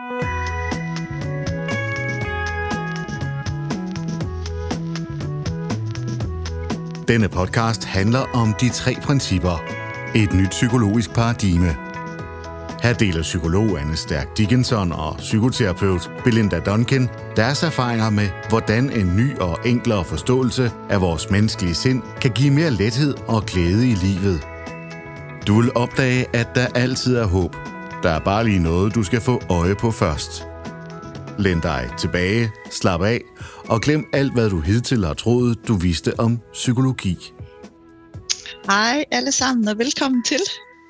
Denne podcast handler om de 3 principper. Et nyt psykologisk paradigme. Her deler psykolog Anne Stærk Dickinson og psykoterapeut Belinda Duncan deres erfaringer med, hvordan en ny og enklere forståelse af vores menneskelige sind kan give mere lethed og glæde i livet. Du vil opdage, at der altid er håb. Der er bare lige noget, du skal få øje på først. Læn dig tilbage, slap af og glem alt, hvad du hidtil har troet, du vidste om psykologi. Hej alle sammen og velkommen til.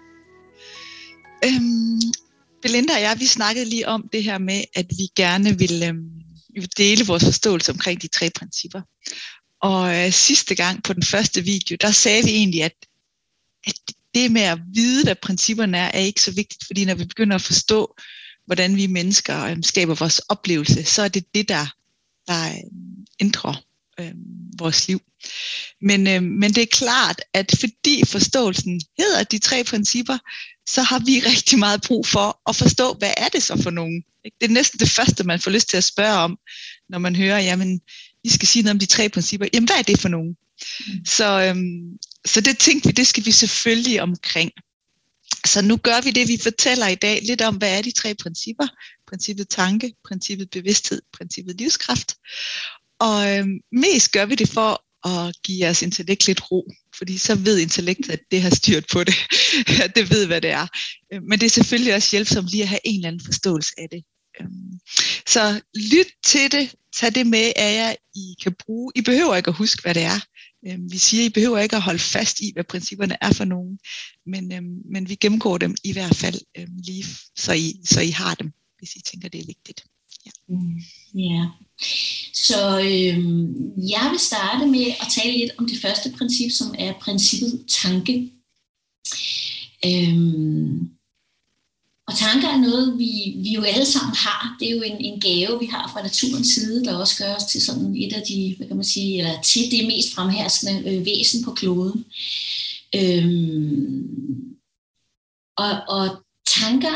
Belinda og jeg, vi snakkede lige om det her med, at vi gerne vil dele vores forståelse omkring de 3 principper. Og sidste gang på den første video, der sagde vi egentlig, at det med at vide, hvad principperne er ikke så vigtigt, fordi når vi begynder at forstå, hvordan vi mennesker skaber vores oplevelse, så er det det, der ændrer vores liv. Men det er klart, at fordi forståelsen hedder de 3 principper, så har vi rigtig meget brug for at forstå, hvad er det så for nogen? Det er næsten det første, man får lyst til at spørge om, når man hører, jamen, vi skal sige noget om de 3 principper. Jamen, hvad er det for nogen? Så det tænkte vi, det skal vi selvfølgelig omkring. Så nu gør vi det, vi fortæller i dag, lidt om, hvad er de 3 principper? Princippet tanke, princippet bevidsthed, princippet livskraft. Og mest gør vi det for at give jeres intellekt lidt ro, fordi så ved intellektet, at det har styrt på det. Det ved, hvad det er. Men det er selvfølgelig også hjælpsomt lige at have en eller anden forståelse af det. Så lyt til det, tag det med af jer, I kan bruge. I behøver ikke at huske, hvad det er. Vi siger, I behøver ikke at holde fast i, hvad principperne er for nogen, men vi gennemgår dem i hvert fald lige, så I har dem, hvis I tænker, det er vigtigt. Ja. Så jeg vil starte med at tale lidt om det første princip, som er princippet tanke. Og tanker er noget, vi jo alle sammen har. Det er jo en gave, vi har fra naturens side, der også gør os til sådan et af de, hvad kan man sige, eller til det mest fremherskende væsen på kloden. Og tanker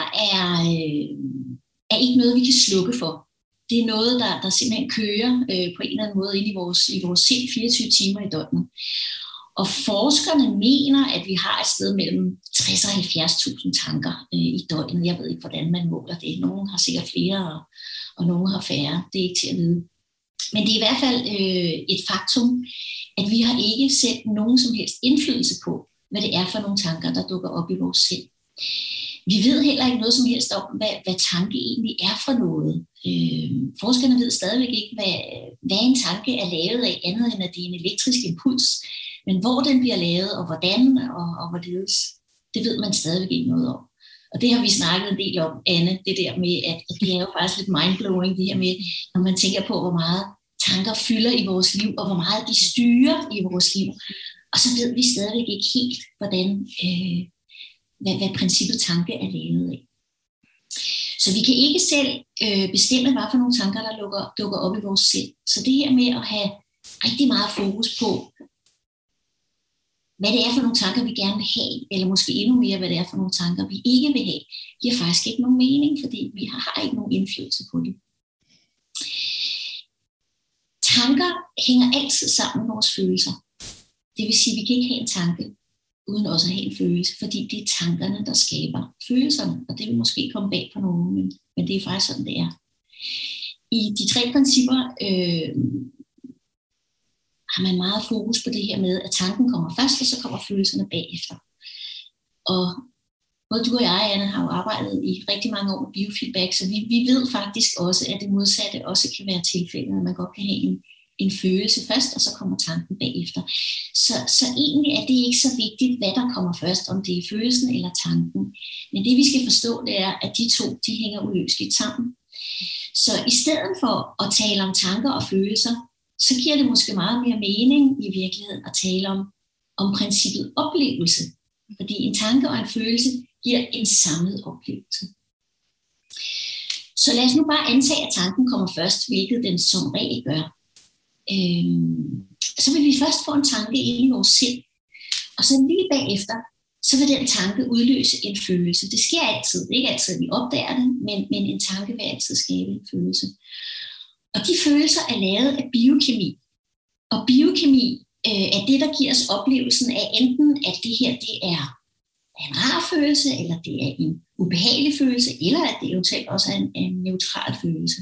er ikke noget, vi kan slukke for. Det er noget, der simpelthen kører på en eller anden måde ind i vores sind 24 timer i døgnet. Og forskerne mener, at vi har et sted mellem 60 og 70.000 tanker i døgnet. Jeg ved ikke, hvordan man måler det. Nogle har sikkert flere, og nogle har færre. Det er ikke til at vide. Men det er i hvert fald et faktum, at vi har ikke selv nogen som helst indflydelse på, hvad det er for nogle tanker, der dukker op i vores sind. Vi ved heller ikke noget som helst om, hvad tanke egentlig er for noget. Forskerne ved stadigvæk ikke, hvad en tanke er lavet af, andet end at det er en elektrisk impuls. Men hvor den bliver lavet, og hvordan, og hvorledes, det ved man stadigvæk ikke noget om. Og det har vi snakket en del om, Anne, det der med, at det er jo faktisk lidt mindblowing, det her med, når man tænker på, hvor meget tanker fylder i vores liv, og hvor meget de styrer i vores liv. Og så ved vi stadigvæk ikke helt, hvordan, hvad princippet tanke er lavet af. Så vi kan ikke selv bestemme, hvad for nogle tanker, der dukker op i vores sind. Så det her med at have rigtig meget fokus på, hvad det er for nogle tanker, vi gerne vil have, eller måske endnu mere, hvad det er for nogle tanker, vi ikke vil have, giver faktisk ikke nogen mening, fordi vi har ikke nogen indflydelse på det. Tanker hænger altid sammen med vores følelser. Det vil sige, at vi kan ikke have en tanke, uden også at have en følelse, fordi det er tankerne, der skaber følelserne, og det vil måske komme bag på nogen, men det er faktisk sådan, det er. I de 3 principper har man meget fokus på det her med, at tanken kommer først, og så kommer følelserne bagefter. Og både du og jeg, Anna, har jo arbejdet i rigtig mange år med biofeedback, så vi ved faktisk også, at det modsatte også kan være tilfældet, at man godt kan have en følelse først, og så kommer tanken bagefter. Så egentlig er det ikke så vigtigt, hvad der kommer først, om det er følelsen eller tanken. Men det vi skal forstå, det er, at de 2, de hænger uløseligt sammen. Så i stedet for at tale om tanker og følelser, så giver det måske meget mere mening i virkeligheden at tale om princippet oplevelse. Fordi en tanke og en følelse giver en samlet oplevelse. Så lad os nu bare antage, at tanken kommer først, hvilket den som regel gør. Så vil vi først få en tanke ind i vores sind. Og så lige bagefter, så vil den tanke udløse en følelse. Det sker altid. Det er ikke altid, at vi opdager det, men en tanke vil altid skabe en følelse. Og de følelser er lavet af biokemi. Og biokemi er det, der giver os oplevelsen af enten, at det her det er en rar følelse, eller det er en ubehagelig følelse, eller at det eventuelt også er en neutral følelse.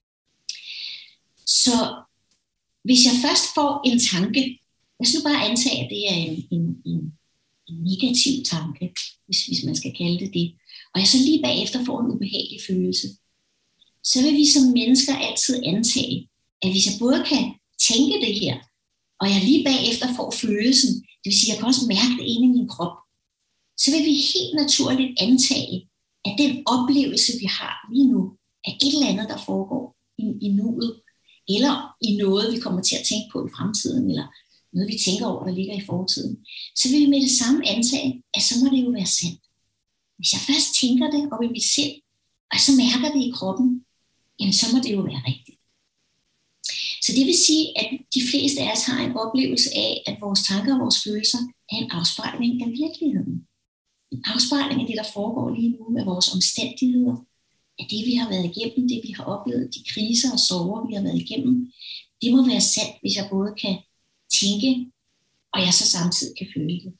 Så hvis jeg først får en tanke, lad os nu bare antage, at det er en negativ tanke, hvis man skal kalde det det, og jeg så lige bagefter får en ubehagelig følelse, så vil vi som mennesker altid antage, at hvis jeg både kan tænke det her, og jeg lige bagefter får følelsen, det vil sige, at jeg kan også mærke det inde i min krop, så vil vi helt naturligt antage, at den oplevelse, vi har lige nu, er et eller andet, der foregår i nuet, eller i noget, vi kommer til at tænke på i fremtiden, eller noget, vi tænker over, der ligger i fortiden, så vil vi med det samme antage, at så må det jo være sandt. Hvis jeg først tænker det op i mit sind, og så mærker det i kroppen, jamen så må det jo være rigtigt. Så det vil sige, at de fleste af os har en oplevelse af, at vores tanker og vores følelser er en afspejling af virkeligheden. En afspejling af det, der foregår lige nu, af vores omstændigheder, af det, vi har været igennem, det, vi har oplevet, de kriser og sorger, vi har været igennem. Det må være sandt, hvis jeg både kan tænke, og jeg så samtidig kan føle det.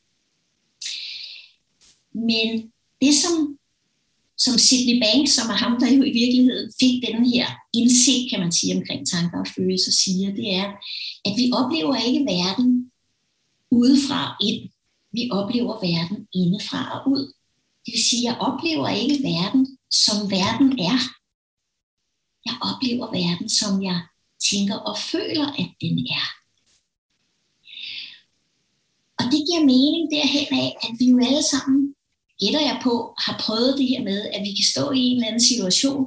Men det, som Sydney Banks, som er ham, der jo i virkeligheden fik denne her indsigt, kan man sige, omkring tanker og følelser, siger, det er, at vi oplever ikke verden udefra og ind. Vi oplever verden indefra og ud. Det vil sige, at jeg oplever ikke verden, som verden er. Jeg oplever verden, som jeg tænker og føler, at den er. Og det giver mening derhen af, at vi jo alle sammen, gætter jeg på, har prøvet det her med, at vi kan stå i en eller anden situation,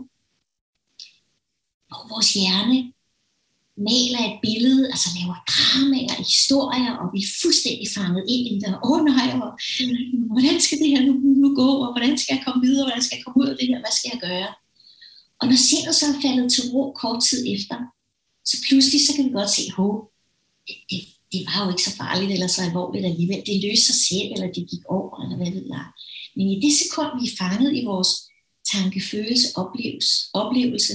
hvor vores hjerne maler et billede, altså laver dramaer, historier, og vi er fuldstændig fanget ind i det. Nej, hvordan skal det her nu gå, og hvordan skal jeg komme videre, hvordan skal jeg komme ud af det her, hvad skal jeg gøre? Og når sindet så er faldet til ro kort tid efter, så pludselig så kan vi godt se, det var jo ikke så farligt eller så alvorligt alligevel. Det løste sig selv, eller det gik over, eller hvad ved jeg. Men i det sekund, vi er fanget i vores tankefølelse, oplevelse,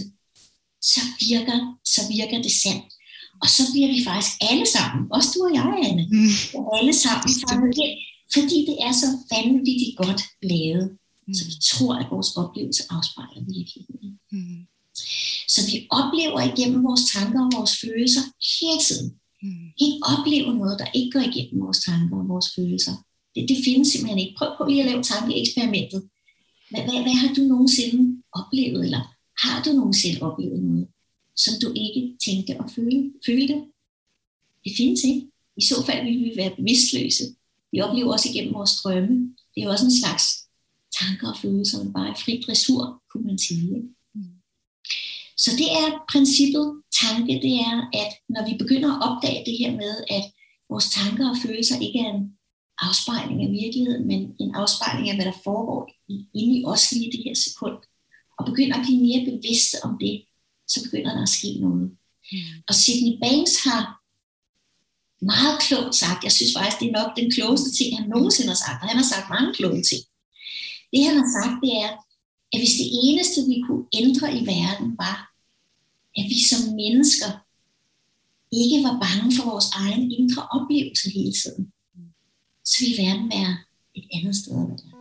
så virker det sandt. Og så bliver vi faktisk alle sammen, også du og jeg, Anne, alle sammen fanget ind, fordi det er så vanvittigt godt lavet, så vi tror, at vores oplevelse afspejler virkeligheden. Så vi oplever igennem vores tanker og vores følelser hele tiden. Ikke opleve noget, der ikke går igennem vores tanker og vores følelser. Det findes simpelthen ikke. Prøv lige at lave tankeeksperimentet. Hvad har du nogensinde oplevet, eller har du nogensinde oplevet noget, som du ikke tænkte og følte? Det findes ikke. I så fald vil vi være bevidstløse. Vi oplever også igennem vores drømme. Det er jo også en slags tanker og følelser, men bare fri dressur, kunne man sige. Så det er princippet, tanke, det er, at når vi begynder at opdage det her med, at vores tanker og følelser ikke er en afspejling af virkeligheden, men en afspejling af, hvad der foregår inde i os lige det her sekund, og begynder at blive mere bevidste om det, så begynder der at ske noget. Og Sydney Banks har meget klogt sagt, jeg synes faktisk, det er nok den klogeste ting, han nogensinde har sagt, og han har sagt mange kloge ting. Det han har sagt, det er, at hvis det eneste, vi kunne ændre i verden, var, at vi som mennesker ikke var bange for vores egen indre oplevelse hele tiden, så ville verden være et andet sted.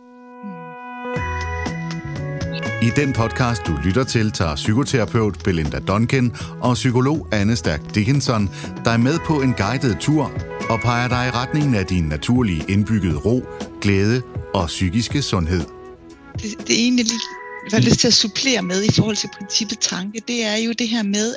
I den podcast, du lytter til, tager psykoterapeut Belinda Duncan og psykolog Anne Stærk Dickinson dig med på en guided tur og peger dig i retningen af din naturlige indbyggede ro, glæde og psykiske sundhed. Det er egentlig lige, jeg har lyst til at supplere med i forhold til princippet tanke, det er jo det her med,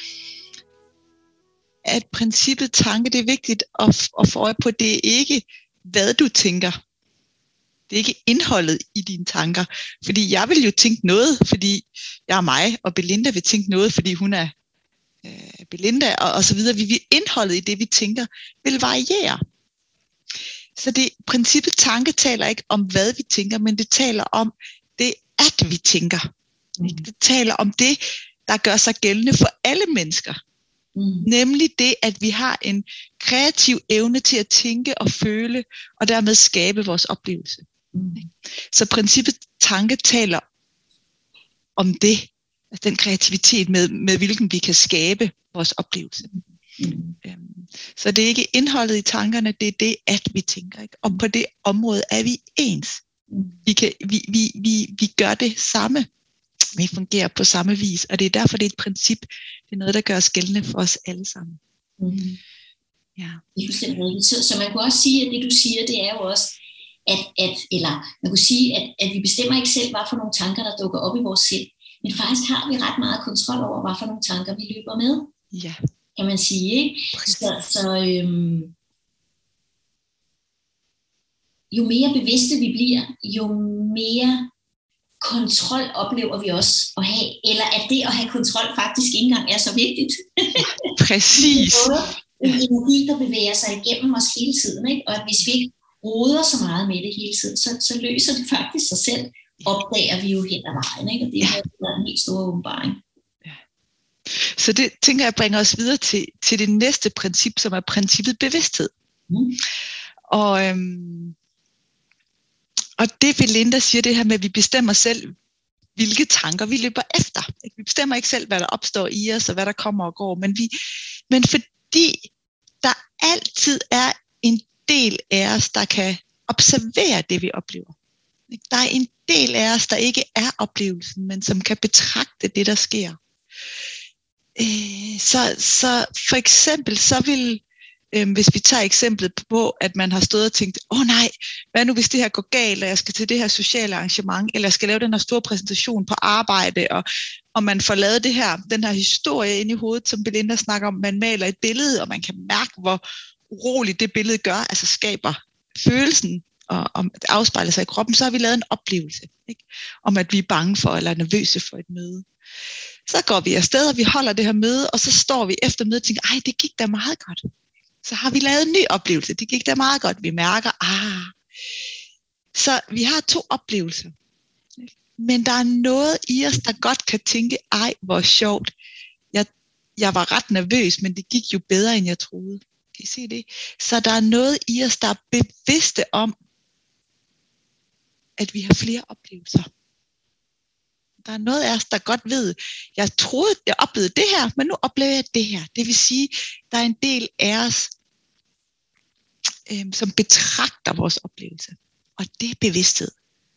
at princippet tanke, det er vigtigt at få øje på, det er ikke, hvad du tænker. Det er ikke indholdet i dine tanker. Fordi jeg vil jo tænke noget, fordi jeg er mig, og Belinda vil tænke noget, fordi hun er Belinda, og så videre. Indholdet i det, vi tænker, vil variere. Så det princippet tanke taler ikke om, hvad vi tænker, men det taler om det, at vi tænker. Det taler om det, der gør sig gældende for alle mennesker. Nemlig det, at vi har en kreativ evne til at tænke og føle, og dermed skabe vores oplevelse. Så princippet tanke taler om det, altså den kreativitet, med hvilken vi kan skabe vores oplevelse. Så det er ikke indholdet i tankerne, det er det, at vi tænker. Ikke? Og på det område er vi ens. Vi gør det samme. Vi fungerer på samme vis, og det er derfor, det er et princip. Det er noget, der gør os gældende for os alle sammen. Ja. Det er fuldstændig rigtigt. Så man kunne også sige, at det du siger, det er jo også, eller man kunne sige, at vi bestemmer ikke selv, hvad for nogle tanker, der dukker op i vores sind. Men faktisk har vi ret meget kontrol over, hvad for nogle tanker, vi løber med. Ja. Kan man sige, ikke? Så jo mere bevidste vi bliver, jo mere kontrol oplever vi også at have, eller at det at have kontrol faktisk ikke engang er så vigtigt. Præcis. En energi, der bevæger sig igennem os hele tiden, ikke? Og at hvis vi ikke roder så meget med det hele tiden, så løser det faktisk sig selv, opdager vi jo hen ad vejen, ikke? Og det er en helt stor åbenbaring. Så det tænker jeg bringer os videre til det næste princip, som er princippet bevidsthed. Og det Belinda siger, det her med, at vi bestemmer selv, hvilke tanker vi løber efter. Vi bestemmer ikke selv, hvad der opstår i os, og hvad der kommer og går, men fordi der altid er en del af os, der kan observere det, vi oplever. Der er en del af os, der ikke er oplevelsen, men som kan betragte det, der sker. Så for eksempel, så vil, hvis vi tager eksemplet på, at man har stået og tænkt, nej, hvad nu hvis det her går galt, og jeg skal til det her sociale arrangement, eller jeg skal lave den her store præsentation på arbejde, og man får lavet den her historie inde i hovedet, som Belinda snakker om, man maler et billede, og man kan mærke, hvor uroligt det billede gør, altså skaber følelsen, og om det afspejler sig i kroppen, så har vi lavet en oplevelse, ikke? Om at vi er bange for, eller nervøse for et møde. Så går vi afsted, og vi holder det her møde, og så står vi efter mødet og tænker, det gik da meget godt. Så har vi lavet en ny oplevelse, det gik da meget godt. Vi mærker, Så vi har 2 oplevelser. Men der er noget i os, der godt kan tænke, hvor sjovt. Jeg var ret nervøs, men det gik jo bedre, end jeg troede. Kan I se det? Så der er noget i os, der er bevidste om, at vi har flere oplevelser. Der er noget af os, der godt ved, jeg troede, jeg oplevede det her, men nu oplever jeg det her. Det vil sige, der er en del af os, som betragter vores oplevelse. Og det er bevidsthed.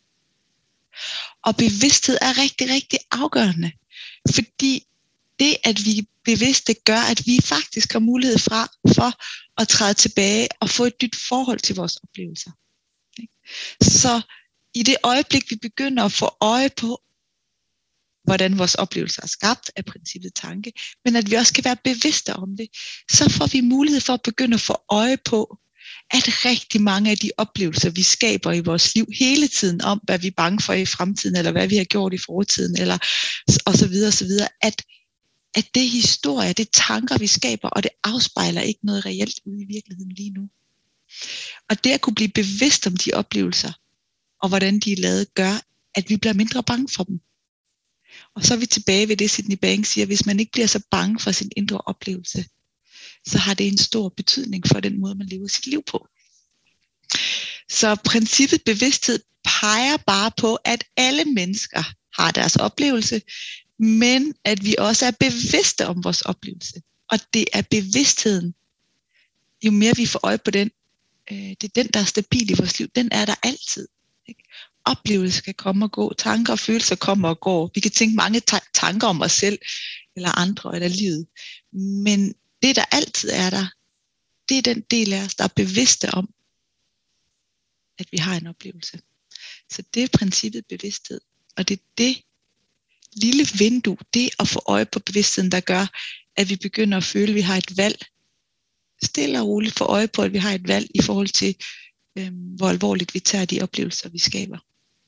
Og bevidsthed er rigtig, rigtig afgørende. Fordi det, at vi er bevidste, gør, at vi faktisk har mulighed for at træde tilbage og få et nyt forhold til vores oplevelser. Så i det øjeblik, vi begynder at få øje på, hvordan vores oplevelser er skabt af princippet tanke, men at vi også kan være bevidste om det, så får vi mulighed for at begynde at få øje på, at rigtig mange af de oplevelser, vi skaber i vores liv hele tiden om, hvad vi er bange for i fremtiden, eller hvad vi har gjort i fortiden, eller og så videre, at det er historie, det er tanker, vi skaber, og det afspejler ikke noget reelt ude i virkeligheden lige nu. Og det at kunne blive bevidst om de oplevelser, og hvordan de er lavet, gør, at vi bliver mindre bange for dem. Og så er vi tilbage ved det, Sydney Banks siger, hvis man ikke bliver så bange for sin indre oplevelse, så har det en stor betydning for den måde, man lever sit liv på. Så princippet bevidsthed peger bare på, at alle mennesker har deres oplevelse, men at vi også er bevidste om vores oplevelse. Og det er bevidstheden, jo mere vi får øje på den, det er den, der er stabil i vores liv, den er der altid. Ikke? Oplevelser kan komme og gå, tanker og følelser kommer og går. Vi kan tænke mange tanker om os selv, eller andre, eller livet. Men det, der altid er der, det er den del af os, der er bevidste om, at vi har en oplevelse. Så det er princippet bevidsthed. Og det er det lille vindue, det at få øje på bevidstheden, der gør, at vi begynder at føle, at vi har et valg. Stille og roligt få øje på, at vi har et valg i forhold til, hvor alvorligt vi tager de oplevelser, vi skaber.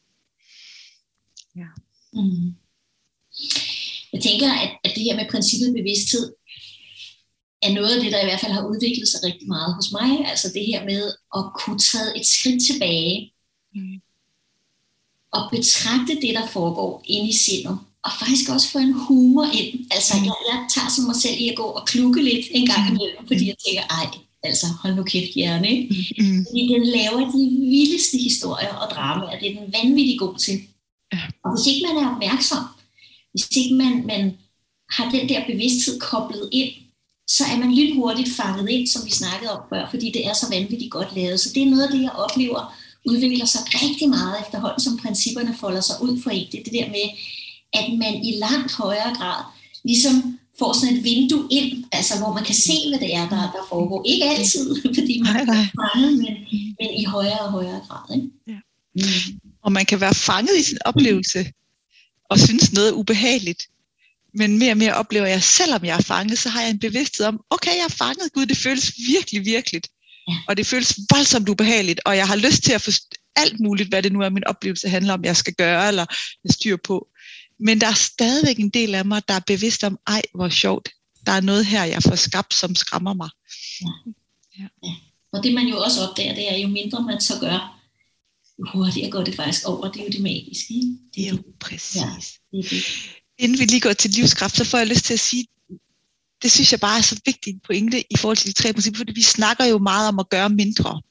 Ja. Jeg tænker, at det her med princippet bevidsthed, er noget af det, der i hvert fald har udviklet sig rigtig meget hos mig. Altså det her med at kunne træde et skridt tilbage og betragte det, der foregår inde i sindet. og faktisk også få en humor ind. Altså, jeg tager som mig selv i at gå og klukke lidt en gang imellem, fordi jeg tænker, altså, hold nu kæft, hjerne, ikke? Fordi den laver de vildeste historier og dramaer. Det er den vanvittigt god til. Og hvis ikke man er opmærksom, hvis ikke man har den der bevidsthed koblet ind, så er man lynhurtigt fanget ind, som vi snakkede om før, fordi det er så vanvittigt godt lavet. Så det er noget af det, jeg oplever, udvikler sig rigtig meget efterhånden, som principperne folder sig ud for en. Det er det der med, at man i langt højere grad ligesom får sådan et vindue ind, altså hvor man kan se, hvad det er, der foregår. Ikke altid, fordi man er fanget, men i højere og højere grad. Ikke? Ja. Og man kan være fanget i sin oplevelse, og synes noget er ubehageligt. Men mere og mere oplever jeg, selvom jeg er fanget, så har jeg en bevidsthed om, okay, jeg er fanget, Gud, det føles virkelig, virkeligt. Ja. Og det føles voldsomt ubehageligt, og jeg har lyst til at forstå alt muligt, hvad det nu er, min oplevelse handler om, jeg skal gøre, eller jeg styrer på. Men der er stadigvæk en del af mig, der er bevidst om, hvor sjovt, der er noget her, jeg får skabt, som skræmmer mig. Ja. Og det man jo også opdager, det er, jo mindre man så gør, jo hurtigere går det faktisk over. Det er jo det magiske. Ikke? Det er jo præcis. Ja, det. Inden vi lige går til livskraft, så får jeg lyst til at sige, det synes jeg bare er så vigtigt en pointe i forhold til de 3 principper, fordi vi snakker jo meget om at gøre mindre.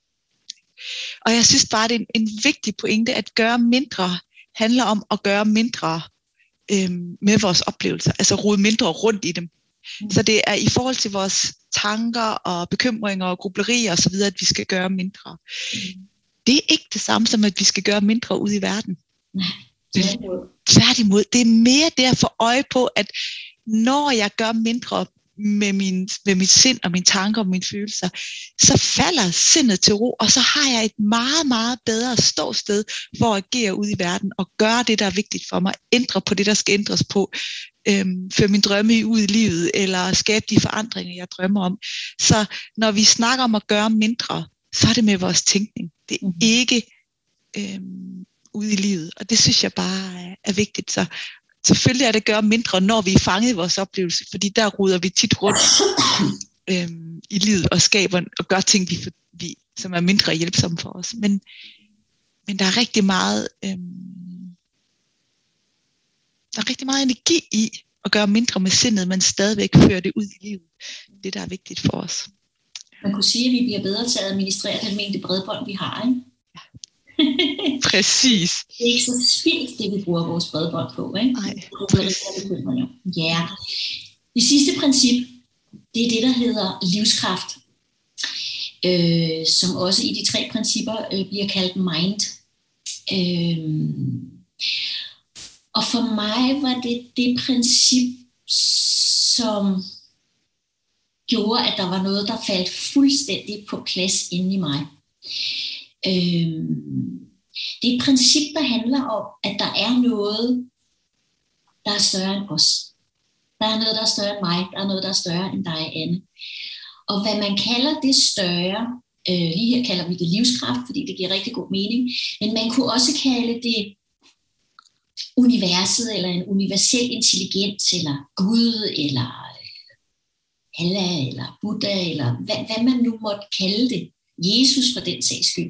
Og jeg synes bare, det er en vigtig pointe, at gøre mindre handler om at gøre mindre med vores oplevelser, altså rode mindre rundt i dem. Så det er i forhold til vores tanker og bekymringer og grublerier og så videre, at vi skal gøre mindre. Det er ikke det samme som, at vi skal gøre mindre ud i verden. Tværtimod, det er mere det at få øje på, at når jeg gør mindre med mit sind og mine tanker og mine følelser, så falder sindet til ro, og så har jeg et meget, meget bedre ståsted for at agere ud i verden og gøre det, der er vigtigt for mig, ændre på det, der skal ændres på, føre min drømme ud i livet, eller skabe de forandringer, jeg drømmer om. Så når vi snakker om at gøre mindre, så er det med vores tænkning. Det er ikke ude i livet, og det synes jeg bare er vigtigt. Så selvfølgelig er det at gøre mindre, når vi er fanget i vores oplevelse, fordi der ruder vi tit rundt i livet og skaber og gør ting, som er mindre hjælpsomme for os. Men der er rigtig meget, energi i at gøre mindre med sindet, men stadigvæk føre det ud i livet. Det, der er vigtigt for os. Man kunne sige, at vi bliver bedre til at administrere den mængde bredbånd, vi har, ikke? Præcis. Det er ikke så spildt, det vi bruger vores bredbånd på, ikke? Nej. Ja. Det sidste princip, det er det, der hedder livskraft, som også i de 3 principper bliver kaldt mind. Og for mig var det princip, som gjorde, at der var noget, der faldt fuldstændig på plads inde i mig. Det er et princip, der handler om, at der er noget, der er større end os. Der er noget, der er større end mig. Der er noget, der er større end dig, Anne. Og hvad man kalder det større, lige her kalder vi det livskraft, fordi det giver rigtig god mening, men man kunne også kalde det universet, eller en universel intelligens, eller Gud, eller Allah, eller Buddha, eller hvad man nu måtte kalde det. Jesus for den sags skyld.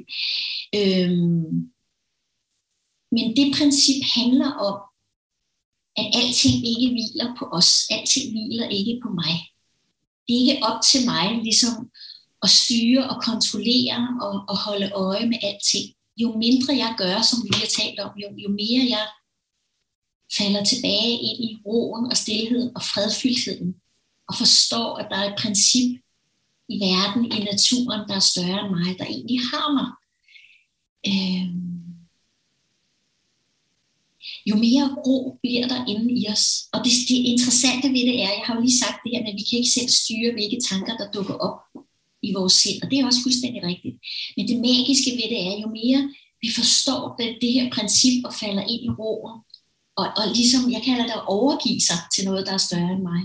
Men det princip handler om, at alting ikke hviler på os. Alting hviler ikke på mig. Det er ikke op til mig ligesom at styre og kontrollere og holde øje med alting. Jo mindre jeg gør, som vi har talt om, jo mere jeg falder tilbage ind i roen og stilheden og fredfyldtheden og forstår, at der er et princip i verden, i naturen, der er større end mig, der egentlig har mig. Jo mere ro bliver der inde i os. Og det interessante ved det er, jeg har jo lige sagt det her, at vi kan ikke selv styre, hvilke tanker, der dukker op i vores sind. Og det er også fuldstændig rigtigt. Men det magiske ved det er, jo mere vi forstår det her princip og falder ind i roen, og ligesom, jeg kalder det at overgive sig til noget, der er større end mig,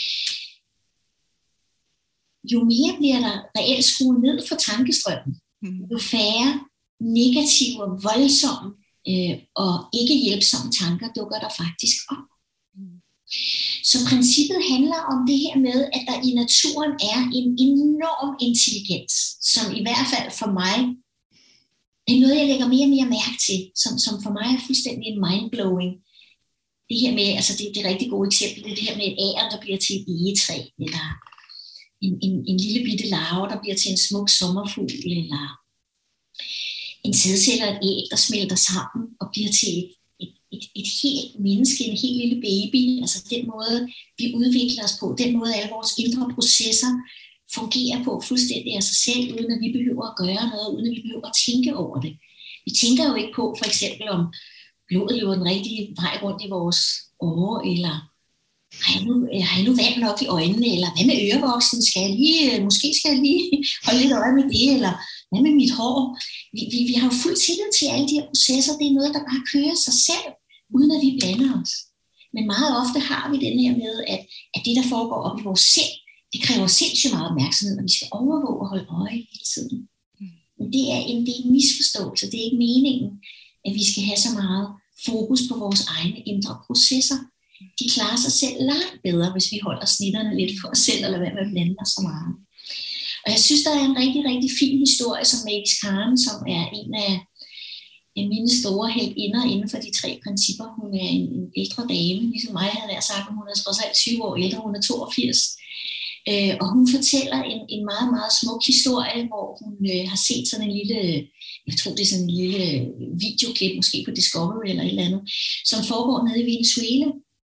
jo mere bliver der reelt skruet ned for tankestrømmen, jo færre negative, voldsomme og ikke hjælpsomme tanker dukker der faktisk op. Så princippet handler om det her med, at der i naturen er en enorm intelligens, som i hvert fald for mig er noget, jeg lægger mere og mere mærke til, som for mig er fuldstændig mindblowing. det her med, altså det rigtig gode eksempel, det her med et æren, der bliver til et egetræ, eller en lille bitte larve, der bliver til en smuk sommerfugl, eller en sædcelle og et æg, der smelter sammen og bliver til et helt menneske, en helt lille baby. Altså den måde, vi udvikler os på, den måde, alle vores indre processer fungerer på fuldstændig af sig selv, uden at vi behøver at gøre noget, uden at vi behøver at tænke over det. Vi tænker jo ikke på, for eksempel, om blodet løber den rigtige vej rundt i vores åre, eller har jeg nu vand nok i øjnene, eller hvad med ørevoksen, måske skal jeg lige holde lidt øje med det, eller hvad med mit hår? Vi har jo fuld tillid til alle de her processer, det er noget, der bare kører sig selv, uden at vi blander os. Men meget ofte har vi den her med, at det, der foregår op i vores sind, det kræver sindssygt meget opmærksomhed, og vi skal overvåge og holde øje hele tiden. Men det er en misforståelse, det er ikke meningen, at vi skal have så meget fokus på vores egne indre processer. De klarer sig selv langt bedre, hvis vi holder snitterne lidt for os selv, eller hvad man blander så meget. Og jeg synes, der er en rigtig, rigtig fin historie, som Mavis Karen, som er en af mine store heltinder inden for de 3 principper. Hun er en ældre dame, ligesom mig havde jeg sagt, hun er trods alt 20 år ældre, hun er 82. Og hun fortæller en meget, meget smuk historie, hvor hun har set sådan en lille, jeg tror det er sådan en lille videoklip, måske på Discovery eller et eller andet, som foregår nede i Venezuela.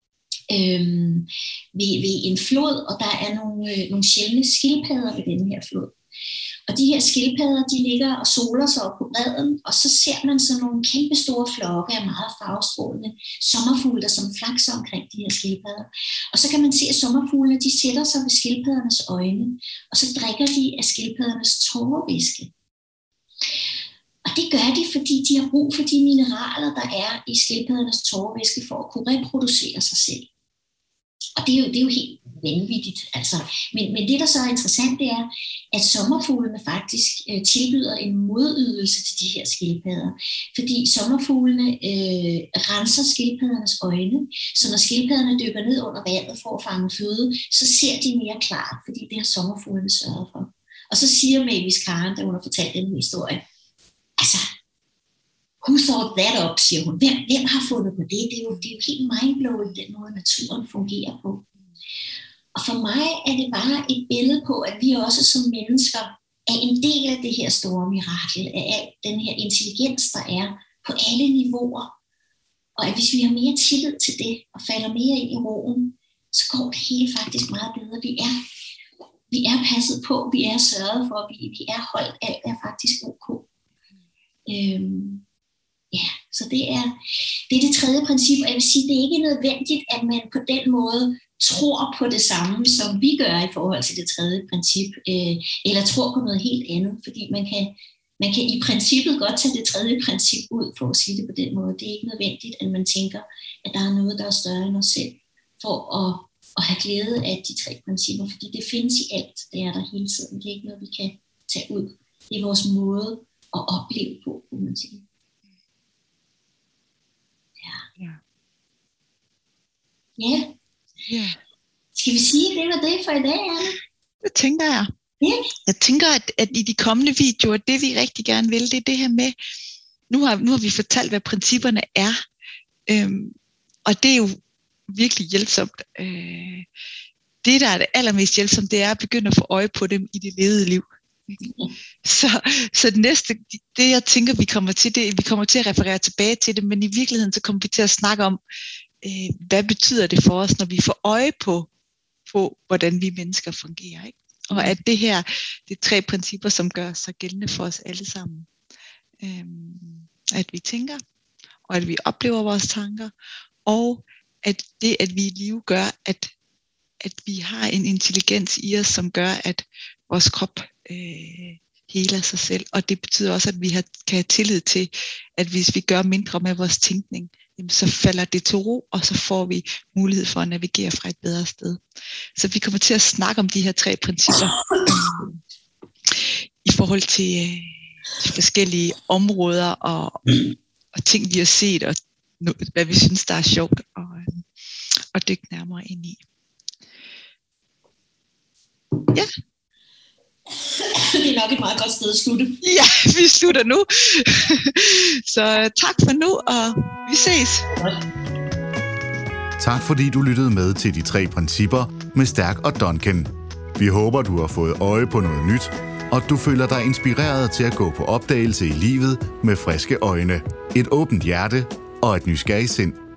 Ved en flod, og der er nogle sjældne skildpadder ved den her flod. Og de her skildpadder, de ligger og soler sig op på bredden, og så ser man sådan nogle kæmpe store flokke af meget farvestrålende sommerfugle, der som flakser omkring de her skildpadder. Og så kan man se, at sommerfuglene, de sætter sig ved skildpaddernes øjne, og så drikker de af skildpaddernes tårevæske. Og det gør de, fordi de har brug for de mineraler, der er i skildpaddernes tårevæske for at kunne reproducere sig selv. Og det er jo helt vanvittigt. Altså. Men det, der så er interessant, det er, at sommerfuglene faktisk tilbyder en modydelse til de her skildpadder. Fordi sommerfuglene renser skildpaddernes øjne, så når skildpadderne dykker ned under vandet for at fange føde, så ser de mere klart, fordi det har sommerfuglene sørget for. Og så siger Mavis Karen, da hun har fortalt den historie, altså, who thought that up, siger hun. Hvem har fundet på det? Det er jo helt mindblowing, den måde naturen fungerer på. Og for mig er det bare et billede på, at vi også som mennesker er en del af det her store mirakel, af al den her intelligens, der er på alle niveauer. Og at hvis vi har mere tillid til det, og falder mere ind i roen, så går det hele faktisk meget bedre. Vi er passet på, vi er sørget for, vi er holdt, alt er faktisk ok. Ja, så det er det 3. princip, og jeg vil sige, det er ikke nødvendigt, at man på den måde tror på det samme, som vi gør i forhold til det 3. princip, eller tror på noget helt andet, fordi man kan i princippet godt tage det 3. princip ud, for at sige det på den måde. Det er ikke nødvendigt, at man tænker, at der er noget, der er større end os selv, for at have glæde af de 3 principper, fordi det findes i alt, det er der hele tiden. Det er ikke noget, vi kan tage ud. Det er vores måde at opleve på, kunne man sige. Ja. Skal vi sige, at det var det for i dag, Anne? Det tænker jeg. Ja. Jeg tænker, at i de kommende videoer, det vi rigtig gerne vil, det er det her med, nu har vi fortalt, hvad principperne er, og det er jo virkelig hjælpsomt. Det, der er det allermest hjælpsomt, det er at begynde at få øje på dem i det levede liv. Så det næste, det jeg tænker, vi kommer til at referere tilbage til det, men i virkeligheden, så kommer vi til at snakke om, hvad betyder det for os, når vi får øje på hvordan vi mennesker fungerer, ikke? Og at det her, det er 3 principper, som gør sig gældende for os alle sammen. At vi tænker, og at vi oplever vores tanker, og at det, at vi i live gør, at vi har en intelligens i os, som gør, at vores krop heler sig selv. Og det betyder også, at vi kan have tillid til, at hvis vi gør mindre med vores tænkning, så falder det til ro, og så får vi mulighed for at navigere fra et bedre sted. Så vi kommer til at snakke om de her 3 principper i forhold til de forskellige områder og ting, vi har set, og hvad vi synes, der er sjovt at dykke nærmere ind i. Ja. Det er nok et meget godt sted at slutte. Ja, vi slutter nu. Så tak for nu, og vi ses. Godt. Tak fordi du lyttede med til de 3 principper med Stærk og Duncan. Vi håber, du har fået øje på noget nyt, og du føler dig inspireret til at gå på opdagelse i livet med friske øjne, et åbent hjerte og et nysgerrigt sind.